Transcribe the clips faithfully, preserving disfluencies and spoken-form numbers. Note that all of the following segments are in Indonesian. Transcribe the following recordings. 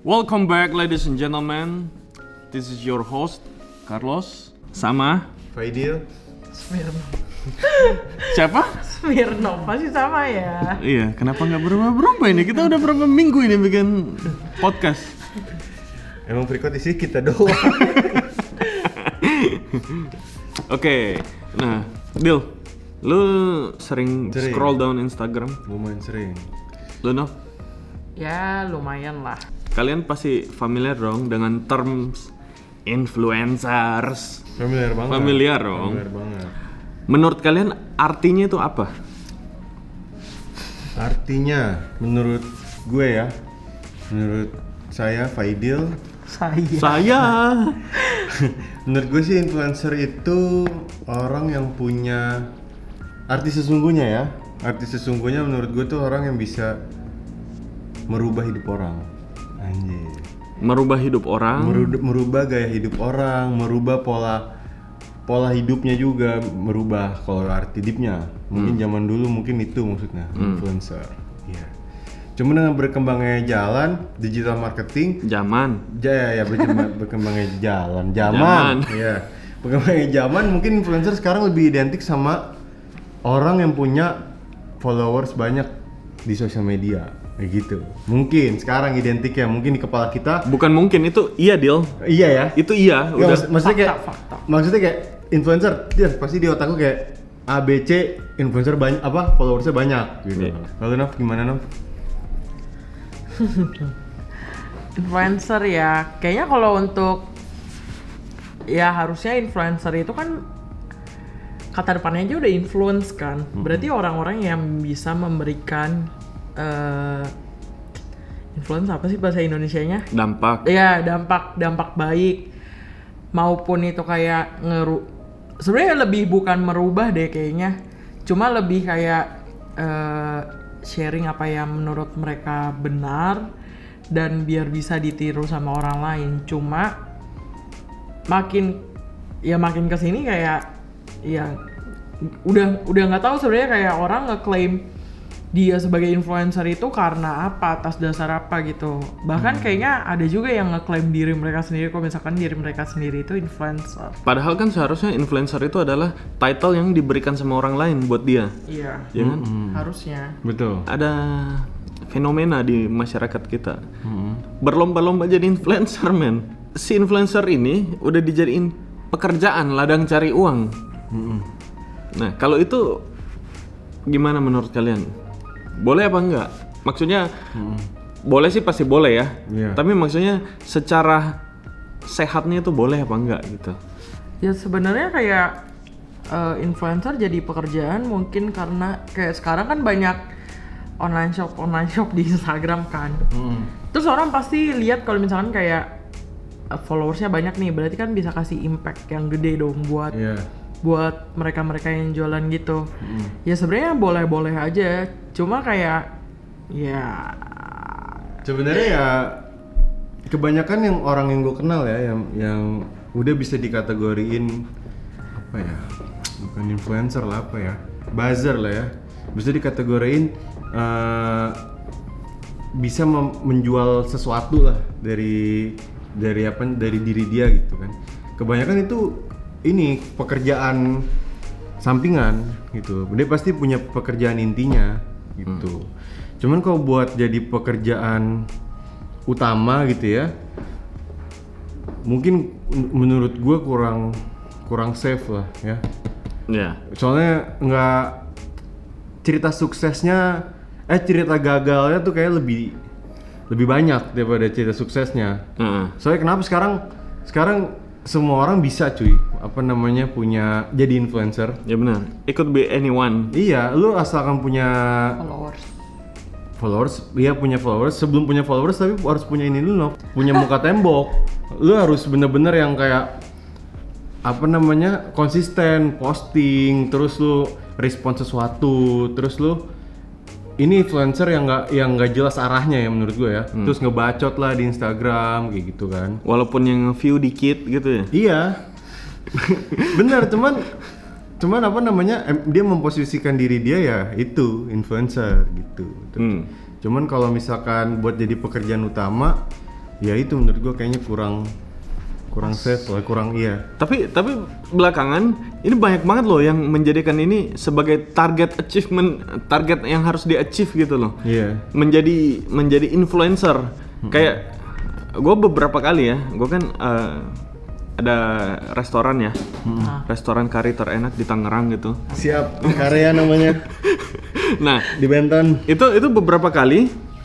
Welcome back ladies and gentlemen. This is your host Carlos sama Faidil. Smirnoff. siapa? Smirnoff masih sama ya. Iya, kenapa nggak berubah-berubah ini? Kita udah berapa minggu ini bikin podcast. Emang berikut isi kita doang. Oke, okay, nah, Dil, lu sering, Sering. scroll down Instagram? Lumayan sering. Lu no? Ya lumayan lah. Kalian pasti familiar dong dengan terms influencers. Familiar banget. Familiar dong. Familiar banget. Menurut kalian artinya itu apa? Artinya, menurut gue ya, menurut saya Faidil, Saya. Saya. menurut gue sih influencer itu orang yang punya arti sesungguhnya ya. Arti sesungguhnya menurut gue tuh orang yang bisa merubah hidup orang. Anjir. Merubah hidup orang. Merubah, merubah gaya hidup orang, merubah pola pola hidupnya juga, merubah kalau arti deepnya. Mungkin Hmm. zaman dulu mungkin itu maksudnya Hmm. influencer. Iya. Cuma dengan berkembangnya jalan digital marketing, Zaman. ya ya berkembang, berkembangnya jalan, Zaman. zaman. Iya. Berkembangnya zaman mungkin influencer sekarang lebih identik sama orang yang punya followers banyak di sosial media. Kayak gitu. Mungkin sekarang identiknya mungkin di kepala kita. Bukan mungkin, itu iya Dil. Iya ya. Itu iya, Nggak, udah. maksud- maksudnya kayak Fakta, fakta. maksudnya kayak influencer dia pasti di otakku kayak A B C influencer banyak apa followersnya banyak gitu. Iya. Lalu Nov gimana Nov? Influencer ya. Kayaknya kalau untuk ya harusnya influencer itu kan kata depannya aja udah influence kan. Berarti orang-orang yang bisa memberikan eh influence apa sih bahasa Indonesianya? Dampak. Ya dampak dampak baik maupun itu kayak ngeru sebenarnya lebih bukan merubah deh kayaknya, cuma lebih kayak eh, sharing apa yang menurut mereka benar dan biar bisa ditiru sama orang lain. Cuma makin ya makin kesini kayak ya udah udah nggak tahu sebenarnya kayak orang ngeklaim dia sebagai influencer itu karena apa, atas dasar apa gitu. Bahkan kayaknya ada juga yang ngeklaim diri mereka sendiri kalau misalkan diri mereka sendiri itu influencer. Padahal kan seharusnya influencer itu adalah title yang diberikan sama orang lain buat dia. Iya, Ya kan? harusnya. Betul. Ada fenomena di masyarakat kita. Mm-hmm. Berlomba-lomba jadi influencer, men. Si influencer ini udah dijadiin pekerjaan, ladang cari uang. Mm-hmm. Nah, kalau itu gimana menurut kalian? Boleh apa enggak? Maksudnya boleh sih, pasti boleh ya. Iya. Tapi maksudnya secara sehatnya itu boleh apa enggak gitu? Ya sebenarnya kayak eh, influencer jadi pekerjaan mungkin karena kayak sekarang kan banyak online shop online shop di Instagram kan. Mm-hmm. Terus orang pasti lihat kalau misalkan kayak eh, followersnya banyak nih, berarti kan bisa kasih impact yang gede dong buat Iya. buat mereka-mereka yang jualan gitu. Mm. Ya sebenarnya boleh-boleh aja, cuma kayak ya Sebenarnya ya kebanyakan yang orang yang gue kenal ya yang yang udah bisa dikategoriin apa ya, bukan influencer lah, apa ya, buzzer lah ya, bisa dikategoriin eh, bisa mem- menjual sesuatu lah dari dari apa dari diri dia gitu kan. Kebanyakan itu ini pekerjaan sampingan gitu. Dia pasti punya pekerjaan intinya gitu. Cuman kalau buat jadi pekerjaan utama gitu ya, mungkin m- menurut gue kurang kurang safe lah ya. Ya. Soalnya nggak, cerita suksesnya eh cerita gagalnya tuh kayak lebih lebih banyak daripada cerita suksesnya. Heeh. Soalnya kenapa sekarang sekarang semua orang bisa cuy apa namanya punya jadi influencer. Ya benar. It could be anyone. Iya, lu asalkan punya followers. followers, iya punya followers. Sebelum punya followers tapi harus punya ini dulu, Nov. Punya muka tembok. Lu harus bener-bener yang kayak apa namanya konsisten posting, terus lu respon sesuatu, terus lu ini influencer yang nggak yang nggak jelas arahnya ya menurut gue ya. Terus ngebacot lah di Instagram kayak gitu kan. Walaupun yang view dikit gitu ya. Iya. Bener, cuman cuman apa namanya em, dia memposisikan diri dia ya itu influencer gitu. Hmm. Cuman kalau misalkan buat jadi pekerjaan utama ya itu menurut gue kayaknya kurang kurang safe lah, kurang iya. Tapi tapi belakangan ini banyak banget loh yang menjadikan ini sebagai target achievement, target yang harus di-achieve gitu loh. Iya. Menjadi menjadi influencer. Hmm. Kayak gue beberapa kali ya, gue kan uh, ada restoran ya, hmm. restoran kari terenak di Tangerang gitu. Siap, karya namanya. Nah, di Benton. Itu itu beberapa kali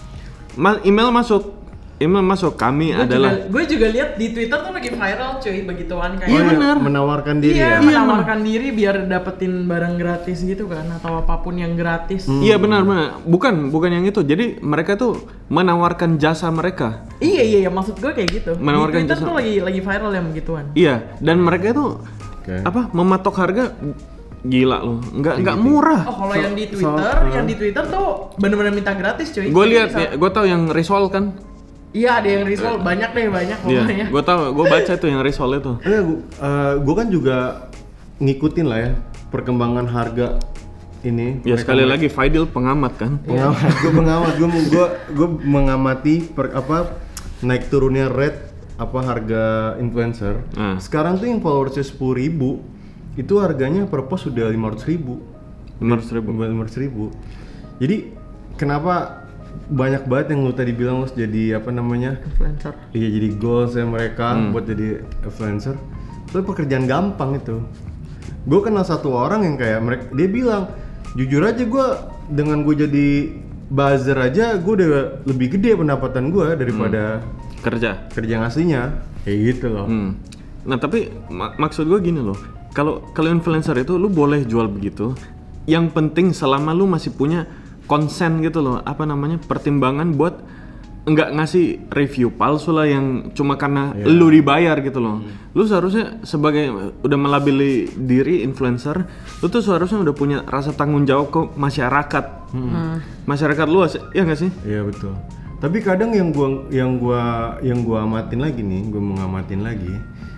ma- email masuk. Email masuk kami gua adalah gue juga lihat di Twitter tuh lagi viral cuy begituan kayak. Iya benar. Menawarkan diri iya, ya. menawarkan diri biar dapetin barang gratis gitu kan atau apapun yang gratis. Hmm. Iya benar benar. Bukan bukan yang itu. Jadi mereka tuh menawarkan jasa mereka. Iya iya, iya. Maksud gue kayak gitu. Menawarkan di Twitter jasa. tuh lagi lagi viral yang begituan. Iya, dan mereka tuh okay. apa? Mematok harga gila loh. Enggak enggak murah. Oh, kalau So- yang di Twitter, so- yang di Twitter tuh bener-bener minta gratis cuy. Gue Jadi lihat bisa- ya, gue tahu yang risol kan. Iya, ada yang risol banyak deh, banyak Iya, pokoknya. gue tahu, gue baca tuh yang risol itu. Eh, gue kan juga ngikutin lah ya perkembangan harga ini. Ya Mereka- sekali lagi Faidil pengamat kan. pengamat, gue pengamat, gue gue gue mengamati per, apa naik turunnya rate apa harga influencer. Hmm. Sekarang tuh yang followersnya sepuluh ribu itu harganya per post sudah lima ratus ribu. lima ratus ribu. lima ratus ribu. Jadi kenapa banyak banget yang lu tadi bilang harus jadi apa namanya? Influencer. Iya jadi goals ya mereka Hmm. buat jadi influencer. Itu pekerjaan gampang itu. Gue kenal satu orang yang kayak mereka, dia bilang jujur aja gue dengan gue jadi buzzer aja gue udah lebih gede pendapatan gue daripada Kerja. kerja yang aslinya kayak gitu loh. Hmm. Nah tapi mak- maksud gue gini loh. Kalau kalau influencer itu lu boleh jual begitu. Yang penting selama lu masih punya konsen gitu loh, apa namanya, pertimbangan buat enggak ngasih review palsu lah yang cuma karena Iya. lu dibayar gitu loh. Lu seharusnya sebagai udah melabeli diri influencer, lu tuh seharusnya udah punya rasa tanggung jawab ke masyarakat. Hmm. Masyarakat luas, ya nggak sih? Iya betul. Tapi kadang yang gua yang gua yang gua amatin lagi nih, gua mau ngamatin lagi.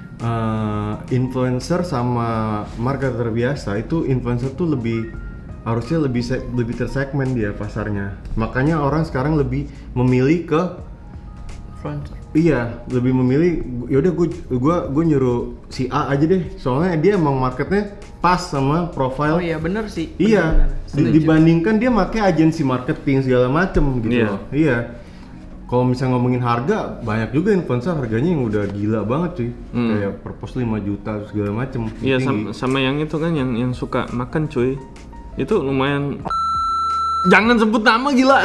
Uh, influencer sama marketer biasa itu influencer tuh lebih harusnya lebih se- lebih tersegmen dia pasarnya. Makanya orang sekarang lebih memilih ke Influencer. iya, lebih memilih yaudah gue gue gue nyuruh si A aja deh. Soalnya dia emang marketnya pas sama profile. Oh iya bener sih. Iya, bener-bener. di- Setuju. dibandingkan dia pakai agensi marketing segala macem gitu Iya. loh. Iya. Kalau misalnya ngomongin harga, banyak juga influencer harganya yang udah gila banget cuy. Hmm. Kayak per post lima juta segala macem. Iya tinggi. sama, sama yang itu kan yang yang suka makan cuy. Itu lumayan. Jangan sebut nama gila.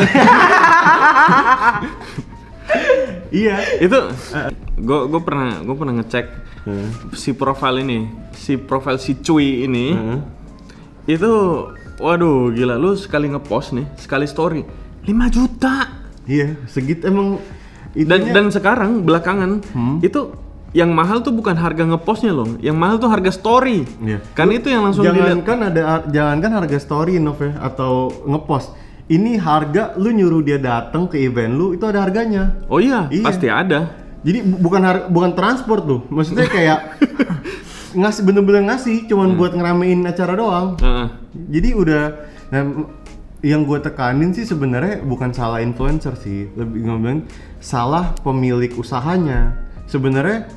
Iya. Itu gue gue pernah gue pernah ngecek Hmm. si profil ini, si profil si cuy ini. Heeh. Itu waduh gila, lu sekali ngepost nih, sekali story lima juta. Iya, segitu emang Dan itunya- dan sekarang belakangan Hmm. itu yang mahal tuh bukan harga ngepostnya loh, yang mahal tuh harga story. Iya. Kan itu yang langsung dilihat. jangankan ada jangankan harga story Nov ya atau ngepost. Ini harga lu nyuruh dia datang ke event lu itu ada harganya. Oh iya, Iya. pasti ada. Jadi bu- bukan har- bukan transport tuh. Maksudnya kayak ngasih bener-bener ngasih cuman buat ngeramein acara doang. Heeh. Jadi udah nah, m- yang gue tekanin sih sebenarnya bukan salah influencer sih, lebih ngomong salah pemilik usahanya. Sebenarnya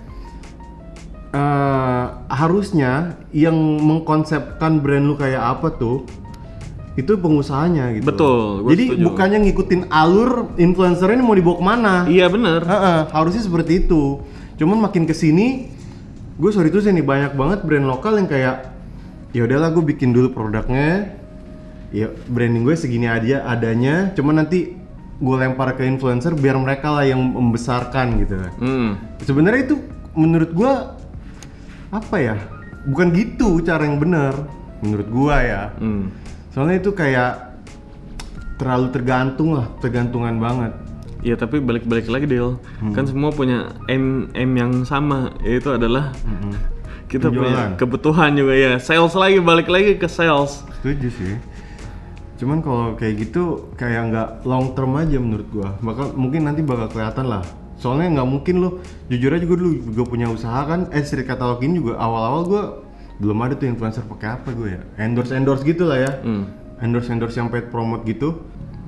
eh, harusnya yang mengkonsepkan brand lu kayak apa tuh itu pengusahanya gitu. Betul, gua Jadi setuju. bukannya ngikutin alur influencer ini mau dibawa kemana? Iya bener. Heeh, harusnya seperti itu. Cuman makin kesini, gue sorry tuh sih nih banyak banget brand lokal yang kayak, ya udahlah gue bikin dulu produknya, ya branding gue segini aja adanya. Cuman nanti gue lempar ke influencer biar mereka lah yang membesarkan gitu. Hmm. Sebenarnya itu menurut gue apa ya? Bukan gitu cara yang benar menurut gue ya. Hmm. Soalnya itu kayak terlalu tergantung lah, tergantungan banget. Iya tapi balik-balik lagi Del, kan semua punya aim aim yang sama, yaitu adalah kita punya Penjualan. kebutuhan juga ya. Sales lagi, balik lagi ke sales. Setuju sih. Cuman kalau kayak gitu kayak nggak long term aja menurut gua. Bakal mungkin nanti bakal kelihatan lah. Soalnya nggak mungkin lo, jujur aja gue dulu juga punya usaha kan. Eh Street Catalog ini juga awal-awal gua belum ada tuh influencer pakai apa gue ya. Endorse endorse gitu lah ya. Hmm. Endorse endorse yang paid promote gitu.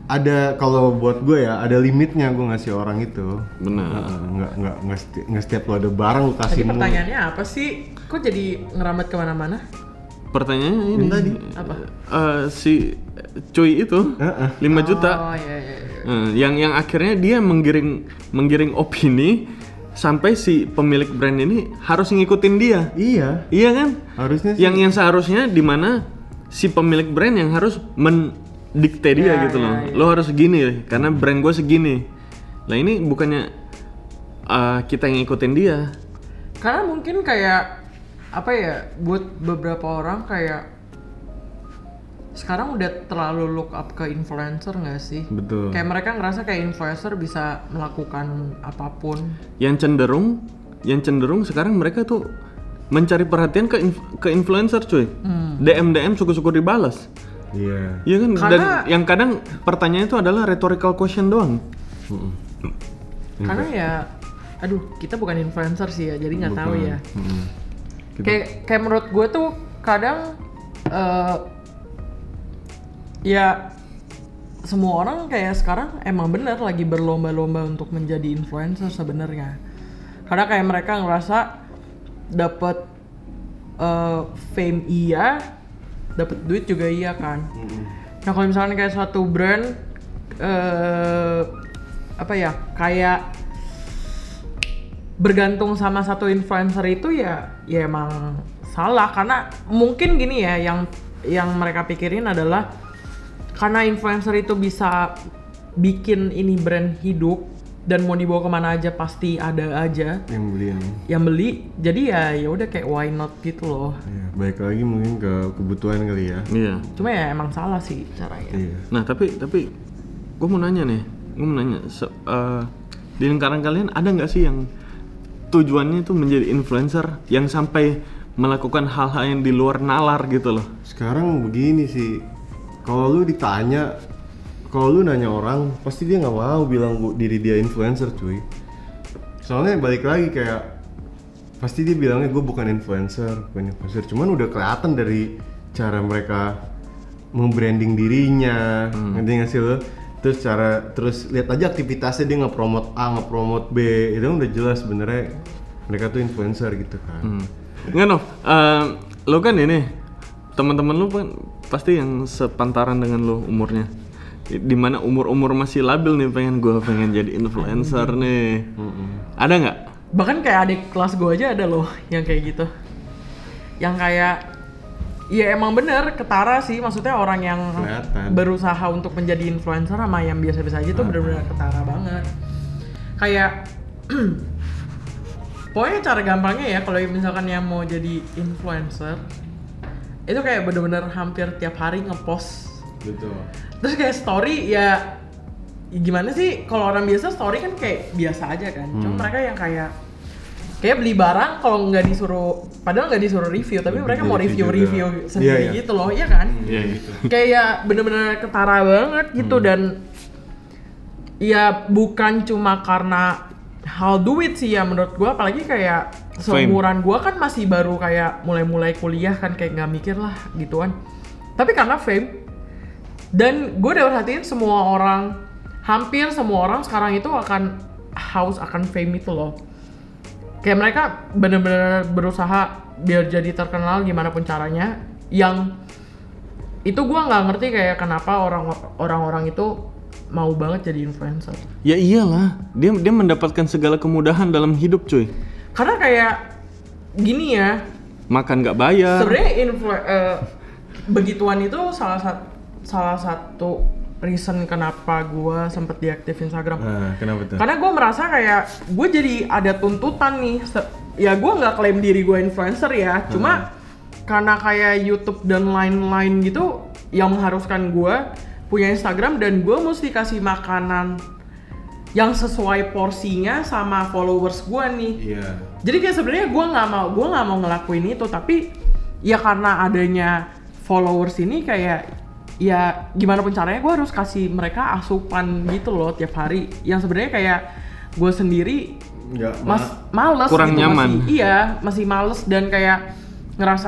ada kalau buat gue ya ada limitnya gue ngasih orang itu. Benar. Nah, nggak nggak nggak setiap, nggak setiap lo ada barang lo kasih. Tadi pertanyaannya apa sih? Kok jadi ngerambat kemana-mana? Pertanyaannya ini tadi apa? Uh, si cuy itu Uh-uh. lima juta. Oh iya iya. iya. Uh, yang yang akhirnya dia menggiring menggiring opini sampai si pemilik brand ini harus ngikutin dia. Iya. Iya kan? Harusnya sih. Yang yang seharusnya di mana si pemilik brand yang harus mendikte dia Ya, gitu ya, loh. ya. Lo harus gini karena brand gue segini. Lah ini bukannya uh, kita yang ngikutin dia. Karena mungkin kayak apa ya, buat beberapa orang kayak sekarang udah terlalu look up ke influencer nggak sih? Betul. Kayak mereka ngerasa kayak influencer bisa melakukan apapun. Yang cenderung yang cenderung sekarang mereka tuh mencari perhatian ke inf- ke influencer cuy. Hmm. D M D M syukur-syukur dibalas. Iya. Iya kan? Dan Karena- yang kadang pertanyaan itu adalah rhetorical question doang. Mm-mm. Karena ya, aduh kita bukan influencer sih ya, jadi nggak tahu ya. Mm-mm. Kita- Kayak kayak menurut gue tuh kadang eh, ya semua orang kayak sekarang emang bener lagi berlomba-lomba untuk menjadi influencer sebenarnya. Karena kayak mereka ngerasa dapat eh, fame iya, dapat duit juga iya kan. Nah kalau misalnya kayak suatu brand eh apa ya, kayak bergantung sama satu influencer itu ya ya emang salah. Karena mungkin gini ya, yang yang mereka pikirin adalah karena influencer itu bisa bikin ini brand hidup dan mau dibawa kemana aja pasti ada aja yang beli ini. yang beli, jadi ya ya udah kayak why not gitu loh. Iya, baik lagi mungkin ke kebutuhan kali ya. Iya. Cuma ya emang salah sih caranya. Iya. Nah tapi tapi gue mau nanya nih, gue mau nanya se- eh, di lingkaran kalian ada nggak sih yang tujuannya itu menjadi influencer yang sampai melakukan hal-hal yang di luar nalar gitu loh? Sekarang begini sih, kalau lu ditanya, kalau lu nanya orang, pasti dia nggak mau bilang bu, diri dia influencer cuy. Soalnya balik lagi kayak, pasti dia bilangnya gue bukan influencer, bukan influencer. Cuman udah kelihatan dari cara mereka membranding dirinya, Hmm. ngerti nggak sih lo? Terus cara, terus lihat aja aktivitasnya dia nge-promote A, nge-promote B, itu kan udah jelas sebenarnya mereka tuh influencer gitu kan. Hmm. Nggak Nov, eh, lo kan ini teman-teman lo kan pasti yang sepantaran dengan lo umurnya, dimana umur-umur masih labil nih, pengen gue pengen jadi influencer nih. Ada nggak? Bahkan kayak adik kelas gue aja ada loh yang kayak gitu, yang kayak ya emang bener ketara sih, maksudnya orang yang Kelihatan. berusaha untuk menjadi influencer sama yang biasa-biasa aja tuh bener-bener ketara banget. Kayak pokoknya cara gampangnya ya, kalau misalkan yang mau jadi influencer itu kayak bener-bener hampir tiap hari ngepost. Betul. Terus kayak story ya, ya gimana sih, kalau orang biasa story kan kayak biasa aja kan. Cuma mereka yang kayak kayak beli barang kalau nggak disuruh, padahal nggak disuruh review, tapi mereka mau Review review-review juga. sendiri Iya, iya. gitu loh, iya kan? Iya gitu. Kayak bener-bener ketara banget gitu. Dan ya bukan cuma karena hal duit sih ya menurut gua, apalagi kayak seumuran gua kan masih baru kayak mulai-mulai kuliah kan, kayak nggak mikir lah gituan. Tapi karena fame, dan gue udah perhatiin semua orang, hampir semua orang sekarang itu akan haus akan fame itu loh. Kayak mereka bener-bener berusaha biar jadi terkenal gimana pun caranya. Yang itu gue nggak ngerti kayak kenapa orang orang-orang itu mau banget jadi influencer. Ya iyalah, dia dia mendapatkan segala kemudahan dalam hidup cuy. Karena kayak gini ya, Makan nggak bayar. sebenarnya influ eh, begituan itu salah satu salah satu reason kenapa gue sempet deaktif Instagram. Nah, kenapa tuh? Karena gue merasa kayak gue jadi ada tuntutan nih. Se- ya gue nggak klaim diri gue influencer ya, cuma karena kayak YouTube dan lain-lain gitu yang mengharuskan gue punya Instagram dan gue mesti kasih makanan yang sesuai porsinya sama followers gue nih. Iya. Jadi kayak sebenarnya gue nggak mau gue nggak mau ngelakuin itu, tapi ya karena adanya followers ini kayak ya gimana pun caranya gue harus kasih mereka asupan gitu loh tiap hari. Yang sebenarnya kayak gue sendiri Nggak mas ma- males Kurang gitu, nyaman. masih, iya masih males dan kayak ngerasa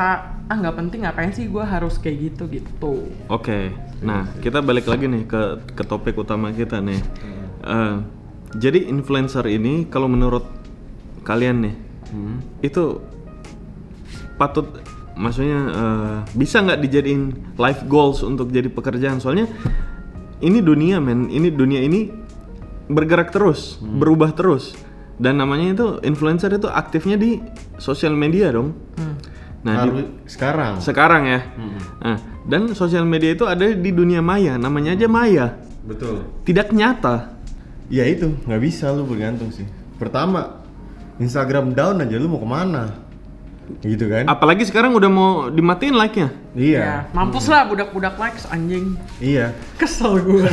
ah nggak penting, ngapain sih gue harus kayak gitu gitu. Oke, nah kita balik lagi nih ke ke topik utama kita nih. Uh, jadi influencer ini kalau menurut kalian nih, hmm. itu patut, maksudnya uh, bisa nggak dijadiin life goals untuk jadi pekerjaan? Soalnya ini dunia men, ini dunia ini bergerak terus, hmm. berubah terus, dan namanya itu influencer itu aktifnya di sosial media dong. Hmm. Nah, di, sekarang. Sekarang ya. Hmm. Nah, dan sosial media itu ada di dunia maya, namanya aja maya. Betul. Tidak nyata. Ya itu, nggak bisa lu bergantung sih. Pertama, Instagram down aja lu mau kemana? Gitu kan? Apalagi sekarang udah mau dimatiin like-nya. Iya. Ya, mampus lah budak-budak likes anjing. Iya. Kesel gue.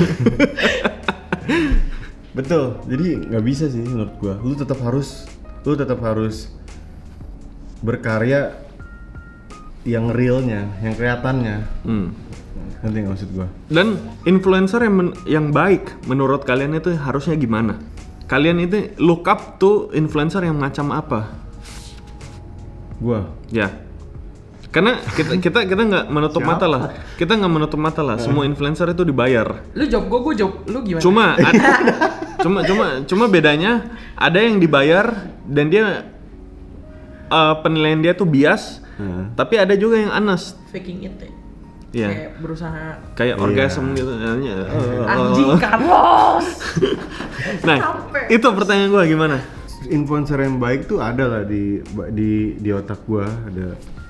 Betul. Jadi nggak bisa sih menurut gua. Lu tetap harus, lu tetap harus berkarya yang realnya, yang kelihatannya. Hmm. Nanti nggak maksud gua. Dan influencer yang men- yang baik menurut kalian itu harusnya gimana? Kalian itu look up tuh influencer yang macam apa? Gua. Ya. Karena kita kita kita nggak menutup mata lah. Kita nggak menutup mata lah. Semua influencer itu dibayar. Lu job gua, gua job lu gimana? Cuma ada, cuma cuma cuma bedanya ada yang dibayar dan dia uh, penilaian dia tuh bias. Hmm. Tapi ada juga yang honest. Faking it ya. Iya. Kayak berusaha kayak yeah. orgasm gitu. Anjing Carlos. Nah, Sampai. itu pertanyaan gua gimana? Influencer yang baik tuh ada lah di di di otak gua, ada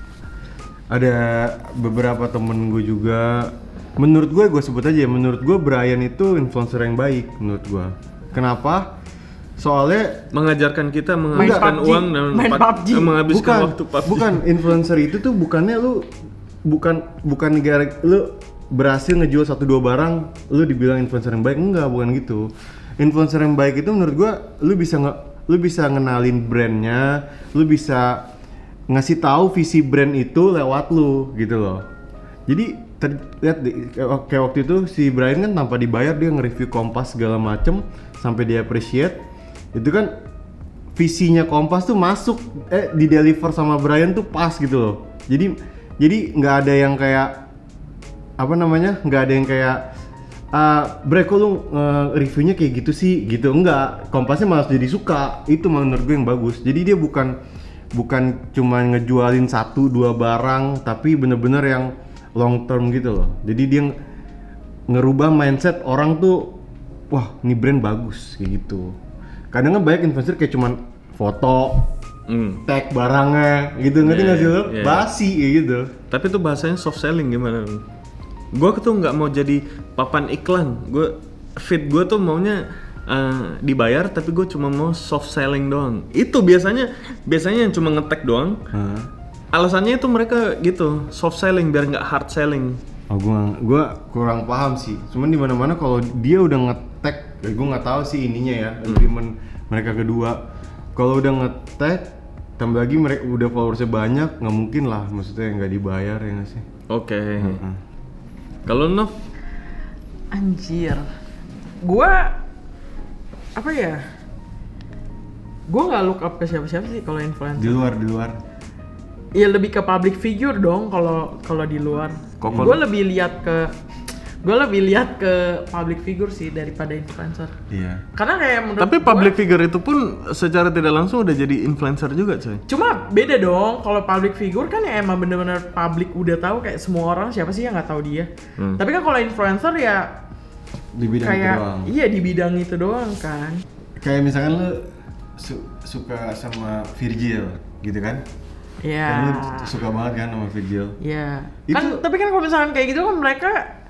ada beberapa temen gue juga. Menurut gue, gue sebut aja ya, menurut gue Brian itu influencer yang baik menurut gue. Kenapa? Soalnya mengajarkan kita menghabiskan uang dan main pat- P U B G. menghabiskan bukan, waktu P U B G. Bukan, influencer itu tuh bukannya lu bukan bukan negara lu berhasil ngejual satu dua barang lu dibilang influencer yang baik, enggak, bukan gitu. Influencer yang baik itu menurut gue lu bisa nge, lu bisa ngenalin brandnya, lu bisa ngasih tahu visi brand itu lewat lu gitu loh. Jadi ter, lihat kayak waktu itu si Brian kan tanpa dibayar dia nge-review Kompas segala macem sampai dia appreciate. Itu kan visinya Kompas tuh masuk eh di deliver sama Brian tuh pas gitu loh. Jadi jadi nggak ada yang kayak apa namanya? nggak ada yang kayak Uh, Bre, kok lu uh, reviewnya kayak gitu sih gitu, enggak, Kompasnya malah jadi suka. Itu menurut gue yang bagus. Jadi dia bukan bukan cuma ngejualin satu dua barang, tapi bener-bener yang long term gitu loh. Jadi dia ng- ngerubah mindset orang tuh, wah ini brand bagus kayak gitu. Kadang kan banyak influencer kayak cuman foto, mm. tag barangnya gitu, ngerti nggak yeah, sih lo? Yeah. Basi kayak gitu. Tapi itu bahasanya soft selling gimana? Gue tuh nggak mau jadi papan iklan. Gue feed gue tuh maunya uh, dibayar, tapi gue cuma mau soft selling doang. Itu biasanya biasanya yang cuma ngetek doang. Hmm. Alasannya itu mereka gitu soft selling biar nggak hard selling. Oh, gue gua kurang paham sih. Cuman di mana-mana kalau dia udah ngetek, ya gue nggak tahu sih ininya ya agreement hmm. mereka kedua. Kalau udah ngetek, tambah lagi mereka udah followersnya banyak, nggak mungkin lah. Maksudnya nggak dibayar ya nggak sih? Oke. Okay. Hmm. Kalau Nov? Anjir, gua apa ya? Gua nggak look up ke siapa-siapa sih kalau influencer. Di luar, di luar. Iya lebih ke public figure dong kalau kalau di luar. Gue lebih lihat ke gue lebih lihat ke public figure sih daripada influencer. Iya. Karena kayak menurut tapi gua, public figure itu pun secara tidak langsung udah jadi influencer juga coy. Cuma beda dong, kalau public figure kan ya emang bener-bener public udah tahu kayak semua orang siapa sih yang nggak tahu dia. Hmm. Tapi kan kalau influencer ya di bidang kayak, itu doang. Iya di bidang itu doang kan. Kayak misalkan lu su- suka sama Virgil gitu kan? Iya. Kan lu suka banget kan sama Virgil. Iya. Itu... Kan tapi kan kalau misalkan kayak gitu kan mereka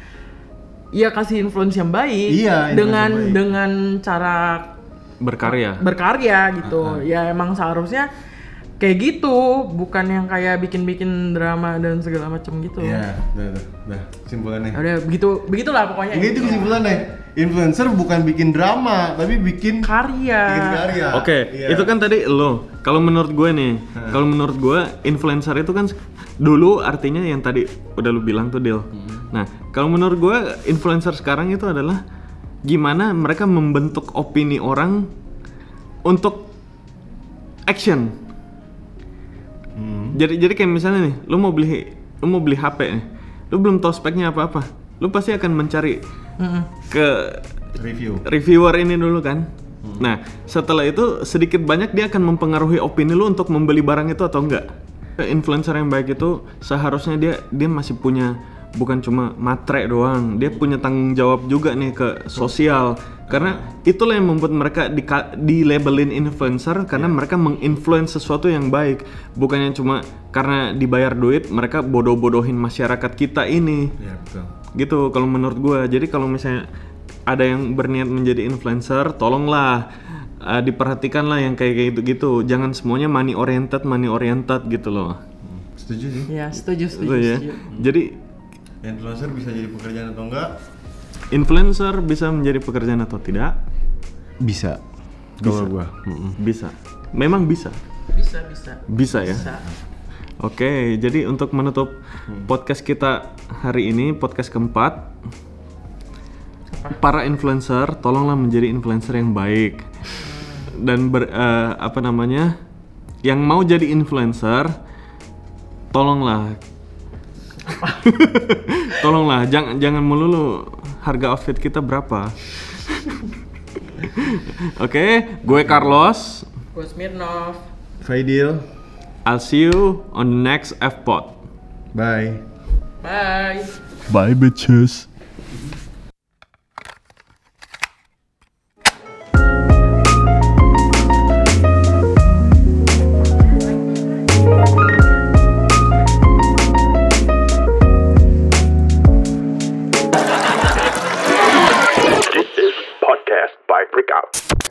ya kasih influence yang baik. Iya, dengan yang baik. dengan cara berkarya. Berkarya gitu. Uh-huh. Ya emang seharusnya kayak gitu, bukan yang kayak bikin-bikin drama dan segala macam gitu. Iya, udah, udah, udah, kesimpulannya. Udah begitu, begitulah pokoknya. Enggak, itu kesimpulannya. Influencer bukan bikin drama, tapi bikin karya. Bikin karya. Oke, okay, iya. Itu kan tadi lo. Kalau menurut gue nih, hmm. kalau menurut gue influencer itu kan dulu artinya yang tadi udah lu bilang tuh Del. Hmm. Nah, kalau menurut gue influencer sekarang itu adalah gimana mereka membentuk opini orang untuk action. Hmm. Jadi jadi kayak misalnya nih, lu mau beli lu mau beli H P nih. Lu belum tahu speknya apa-apa. Lu pasti akan mencari Mm-mm. ke Review. reviewer ini dulu kan. Nah, setelah itu sedikit banyak dia akan mempengaruhi opini lu untuk membeli barang itu atau enggak. Influencer yang baik itu seharusnya dia dia masih punya bukan cuma matre doang, dia punya tanggung jawab juga nih ke sosial. Karena itulah yang membuat mereka di di labelin influencer karena mereka menginfluence sesuatu yang baik, bukannya cuma karena dibayar duit mereka bodoh-bodohin masyarakat kita ini. Iya, betul. Gitu kalau menurut gue. Jadi kalau misalnya ada yang berniat menjadi influencer, tolonglah uh, diperhatikanlah yang kayak gitu-gitu. Jangan semuanya money oriented, money oriented gitu loh. Setuju sih. Ya, setuju, setuju, Gitu ya. setuju. Jadi Influencer bisa jadi pekerjaan atau enggak? influencer bisa menjadi pekerjaan atau tidak? Bisa. Kalau gua. Mm-mm. Bisa. Memang bisa. Bisa, bisa. Bisa ya. Bisa. Oke, jadi untuk menutup podcast kita hari ini, podcast keempat, para influencer, tolonglah menjadi influencer yang baik dan ber, eh, apa namanya, yang mau jadi influencer, tolonglah, tolonglah, jangan jangan melulu harga outfit kita berapa. Oke, gue Carlos. Gue Smirnov. Faidil. I'll see you on the next F-Pod. Bye. Bye. Bye bitches. This is podcast by Breakout.